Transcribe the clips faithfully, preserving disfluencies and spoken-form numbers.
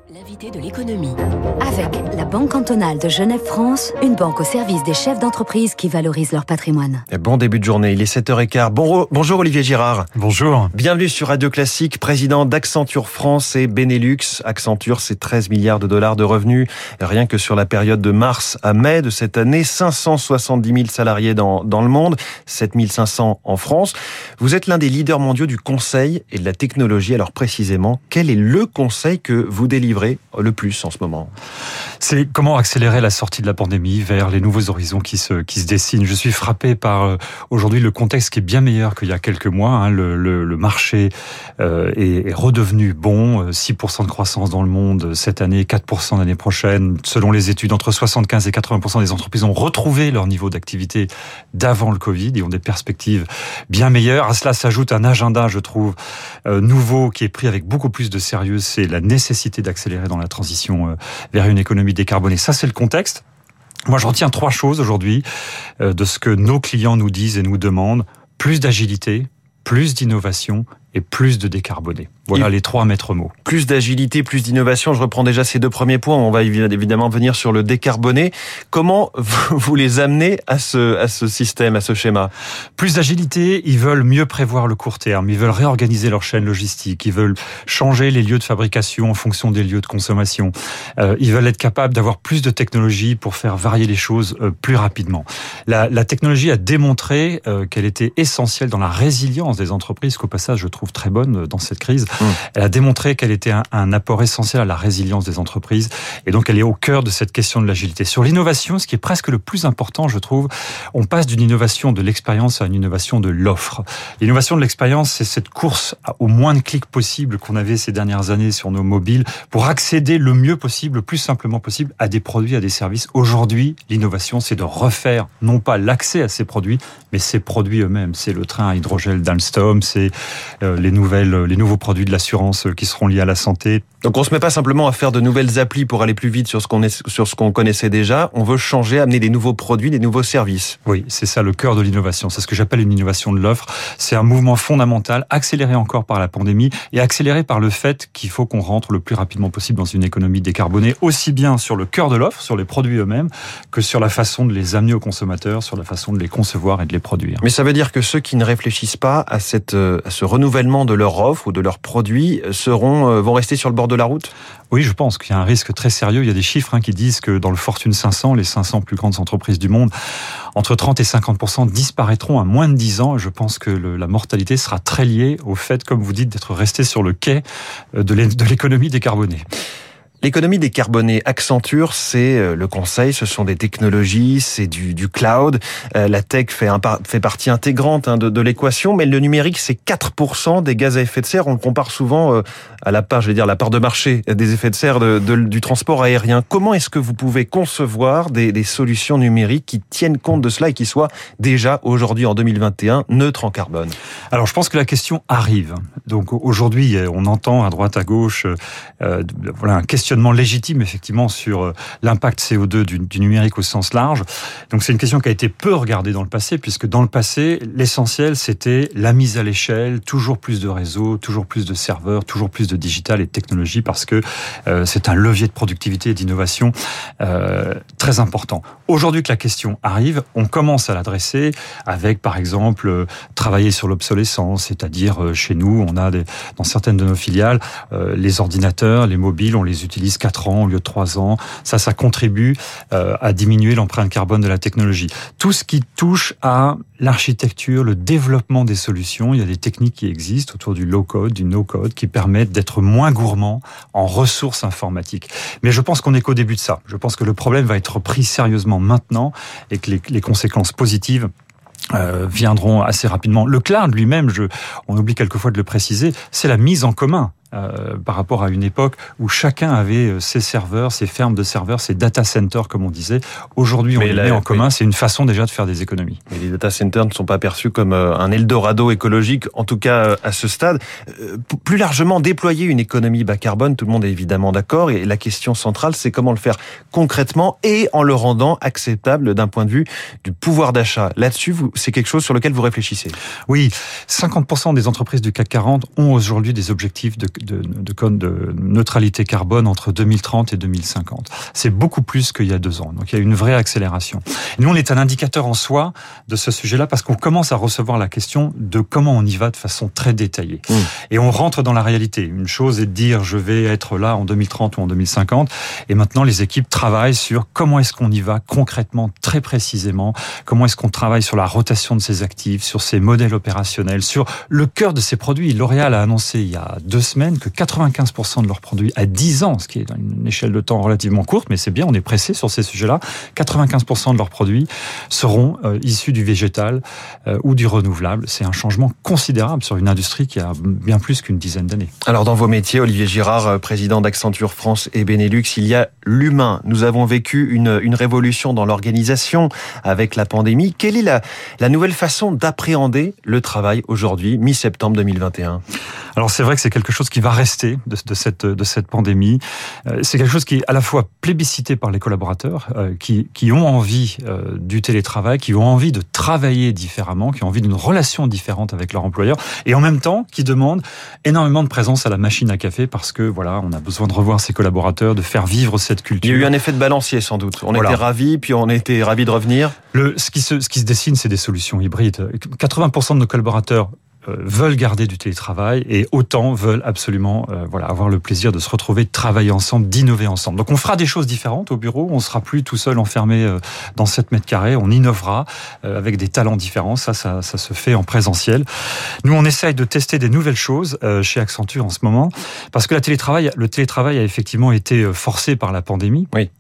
L'invité de l'économie. Avec la Banque cantonale de Genève-France, une banque au service des chefs d'entreprise qui valorisent leur patrimoine. Bon début de journée, il est sept heures quinze. Bon, bonjour Olivier Girard. Bonjour. Bienvenue sur Radio Classique, président d'Accenture France et Benelux. Accenture, c'est treize milliards de dollars de revenus. Rien que sur la période de mars à mai de cette année, cinq cent soixante-dix mille salariés dans, dans le monde, sept mille cinq cents en France. Vous êtes l'un des leaders mondiaux du conseil et de la technologie. Alors précisément, quel est le conseil que vous délivrez le plus en ce moment? C'est comment accélérer la sortie de la pandémie vers les nouveaux horizons qui se, qui se dessinent. Je suis frappé par euh, aujourd'hui le contexte qui est bien meilleur qu'il y a quelques mois. Hein. Le, le, le marché euh, est, est redevenu bon. six pour cent de croissance dans le monde cette année, quatre pour cent l'année prochaine. Selon les études, entre soixante-quinze et quatre-vingts pour cent des entreprises ont retrouvé leur niveau d'activité d'avant le Covid et ont des perspectives bien meilleures. À cela s'ajoute un agenda, je trouve, euh, nouveau qui est pris avec beaucoup plus de sérieux. C'est la nécessité d'accélérer dans la transition euh, vers une économie décarbonée. Ça, c'est le contexte. Moi, je retiens trois choses aujourd'hui euh, de ce que nos clients nous disent et nous demandent. Plus d'agilité, plus d'innovation et plus de décarboné. Voilà et les trois maîtres mots. Plus d'agilité, plus d'innovation. Je reprends déjà ces deux premiers points. On va évidemment venir sur le décarboné. Comment vous les amenez à ce, à ce système, à ce schéma? Plus d'agilité, ils veulent mieux prévoir le court terme. Ils veulent réorganiser leur chaîne logistique. Ils veulent changer les lieux de fabrication en fonction des lieux de consommation. Euh, ils veulent être capables d'avoir plus de technologie pour faire varier les choses euh, plus rapidement. La, la technologie a démontré euh, qu'elle était essentielle dans la résilience des entreprises, qu'au passage, je trouve très bonne dans cette crise. Mmh. Elle a démontré qu'elle était un, un apport essentiel à la résilience des entreprises et donc elle est au cœur de cette question de l'agilité. Sur l'innovation, ce qui est presque le plus important, je trouve, on passe d'une innovation de l'expérience à une innovation de l'offre. L'innovation de l'expérience, c'est cette course au moins de clics possible qu'on avait ces dernières années sur nos mobiles pour accéder le mieux possible, le plus simplement possible à des produits, à des services. Aujourd'hui, l'innovation, c'est de refaire non pas l'accès à ces produits, mais ces produits eux-mêmes. C'est le train à hydrogène d'Alstom, c'est euh, les nouvelles, les nouveaux produits de l'assurance qui seront liés à la santé. Donc on se met pas simplement à faire de nouvelles applis pour aller plus vite sur ce qu'on est, sur ce qu'on connaissait déjà. On veut changer, amener des nouveaux produits, des nouveaux services. Oui, c'est ça le cœur de l'innovation. C'est ce que j'appelle une innovation de l'offre. C'est un mouvement fondamental, accéléré encore par la pandémie et accéléré par le fait qu'il faut qu'on rentre le plus rapidement possible dans une économie décarbonée, aussi bien sur le cœur de l'offre, sur les produits eux-mêmes, que sur la façon de les amener aux consommateurs, sur la façon de les concevoir et de les produire. Mais ça veut dire que ceux qui ne réfléchissent pas à, cette, à ce renouvellement de leur offre ou de leurs produits seront, vont rester sur le bord de la route? Oui, je pense qu'il y a un risque très sérieux. Il y a des chiffres hein, qui disent que dans le Fortune cinq cents, les cinq cents plus grandes entreprises du monde, entre trente et cinquante pour cent disparaîtront à moins de dix ans. Je pense que le, la mortalité sera très liée au fait, comme vous dites, d'être resté sur le quai de l'économie décarbonée. L'économie décarbonée, Accenture, c'est le conseil, ce sont des technologies, c'est du, du cloud. Euh, la tech fait, un, fait partie intégrante hein, de, de l'équation, mais le numérique, c'est quatre pour cent des gaz à effet de serre. On le compare souvent euh, à la part, je vais dire, la part de marché des effets de serre de, de, du transport aérien. Comment est-ce que vous pouvez concevoir des, des solutions numériques qui tiennent compte de cela et qui soient déjà aujourd'hui, en deux mille vingt et un, neutres en carbone? Alors, je pense que la question arrive. Donc aujourd'hui, on entend à droite, à gauche, euh, voilà, un questionnement légitime effectivement sur l'impact C O deux du, du numérique au sens large. Donc c'est une question qui a été peu regardée dans le passé, puisque dans le passé, l'essentiel c'était la mise à l'échelle, toujours plus de réseaux, toujours plus de serveurs, toujours plus de digital et de technologie, parce que euh, c'est un levier de productivité et d'innovation euh, très important. Aujourd'hui que la question arrive, on commence à l'adresser avec par exemple euh, travailler sur l'obsolescence, c'est-à-dire euh, chez nous, on a des, dans certaines de nos filiales, euh, les ordinateurs, les mobiles, on les utilise quatre ans au lieu de trois ans. Ça, ça contribue euh, à diminuer l'empreinte carbone de la technologie. Tout ce qui touche à l'architecture, le développement des solutions, il y a des techniques qui existent autour du low-code, du no-code, qui permettent d'être moins gourmands en ressources informatiques. Mais je pense qu'on n'est qu'au début de ça. Je pense que le problème va être pris sérieusement maintenant et que les, les conséquences positives Euh, viendront assez rapidement. Le cloud lui-même, je, on oublie quelquefois de le préciser, c'est la mise en commun. Euh, par rapport à une époque où chacun avait ses serveurs, ses fermes de serveurs, ses data centers, comme on disait. Aujourd'hui, on les met en commun. C'est une façon déjà de faire des économies. Mais les data centers ne sont pas perçus comme un Eldorado écologique, en tout cas à ce stade. Plus largement, déployer une économie bas carbone, tout le monde est évidemment d'accord. Et la question centrale, c'est comment le faire concrètement et en le rendant acceptable d'un point de vue du pouvoir d'achat. Là-dessus, vous, c'est quelque chose sur lequel vous réfléchissez. Oui, cinquante pour cent des entreprises du C A C quarante ont aujourd'hui des objectifs de de, de, de neutralité carbone entre deux mille trente et deux mille cinquante. C'est beaucoup plus qu'il y a deux ans. Donc il y a une vraie accélération. Et nous, on est un indicateur en soi de ce sujet-là parce qu'on commence à recevoir la question de comment on y va de façon très détaillée. Mmh. Et on rentre dans la réalité. Une chose est de dire je vais être là en deux mille trente ou en deux mille cinquante. Et maintenant, les équipes travaillent sur comment est-ce qu'on y va concrètement, très précisément. Comment est-ce qu'on travaille sur la rotation de ces actifs, sur ces modèles opérationnels, sur le cœur de ces produits. L'Oréal a annoncé il y a deux semaines que quatre-vingt-quinze pour cent de leurs produits à dix ans, ce qui est une échelle de temps relativement courte, mais c'est bien, on est pressé sur ces sujets-là. quatre-vingt-quinze pour cent de leurs produits seront euh, issus du végétal euh, ou du renouvelable. C'est un changement considérable sur une industrie qui a bien plus qu'une dizaine d'années. Alors dans vos métiers, Olivier Girard, président d'Accenture France et Benelux, il y a l'humain. Nous avons vécu une, une révolution dans l'organisation avec la pandémie. Quelle est la, la nouvelle façon d'appréhender le travail aujourd'hui, mi-septembre deux mille vingt et un? Alors c'est vrai que c'est quelque chose qui va rester de, de, cette, de cette pandémie. C'est quelque chose qui est à la fois plébiscité par les collaborateurs, euh, qui, qui ont envie euh, du télétravail, qui ont envie de travailler différemment, qui ont envie d'une relation différente avec leur employeur, et en même temps qui demandent énormément de présence à la machine à café parce que voilà, on a besoin de revoir ses collaborateurs, de faire vivre cette culture. Il y a eu un effet de balancier sans doute. On voilà. était ravis, puis on était ravis de revenir. Le, ce, qui se, ce qui se dessine, c'est des solutions hybrides. quatre-vingts pour cent de nos collaborateurs veulent garder du télétravail et autant veulent absolument euh, voilà, avoir le plaisir de se retrouver, de travailler ensemble, d'innover ensemble. Donc on fera des choses différentes au bureau, on ne sera plus tout seul enfermé euh, dans sept mètres carrés, on innovera euh, avec des talents différents, ça, ça, ça se fait en présentiel. Nous on essaye de tester des nouvelles choses euh, chez Accenture en ce moment, parce que la télétravail, le télétravail a effectivement été forcé par la pandémie. Oui.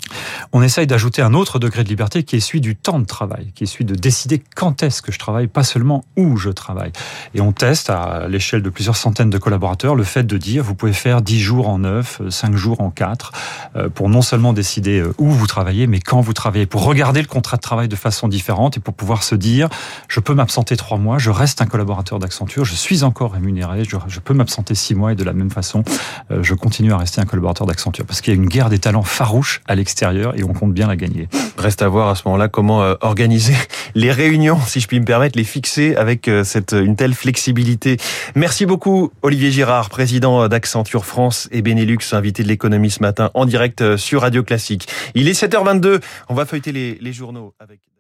On essaye d'ajouter un autre degré de liberté qui est celui du temps de travail, qui est celui de décider quand est-ce que je travaille, pas seulement où je travaille. Et on teste à l'échelle de plusieurs centaines de collaborateurs le fait de dire vous pouvez faire dix jours en neuf, cinq jours en quatre, pour non seulement décider où vous travaillez, mais quand vous travaillez, pour regarder le contrat de travail de façon différente et pour pouvoir se dire je peux m'absenter trois mois, je reste un collaborateur d'Accenture, je suis encore rémunéré, je, je peux m'absenter six mois et de la même façon, je continue à rester un collaborateur d'Accenture. Parce qu'il y a une guerre des talents farouche à l'extérieur et on compte bien la gagner. Reste à voir à ce moment-là comment euh, organiser les réunions, si je puis me permettre, les fixer avec euh, cette une telle flexibilité. Merci beaucoup Olivier Girard, président d'Accenture France et Benelux, invité de l'économie ce matin en direct sur Radio Classique. Il est sept heures vingt-deux, on va feuilleter les, les journaux avec...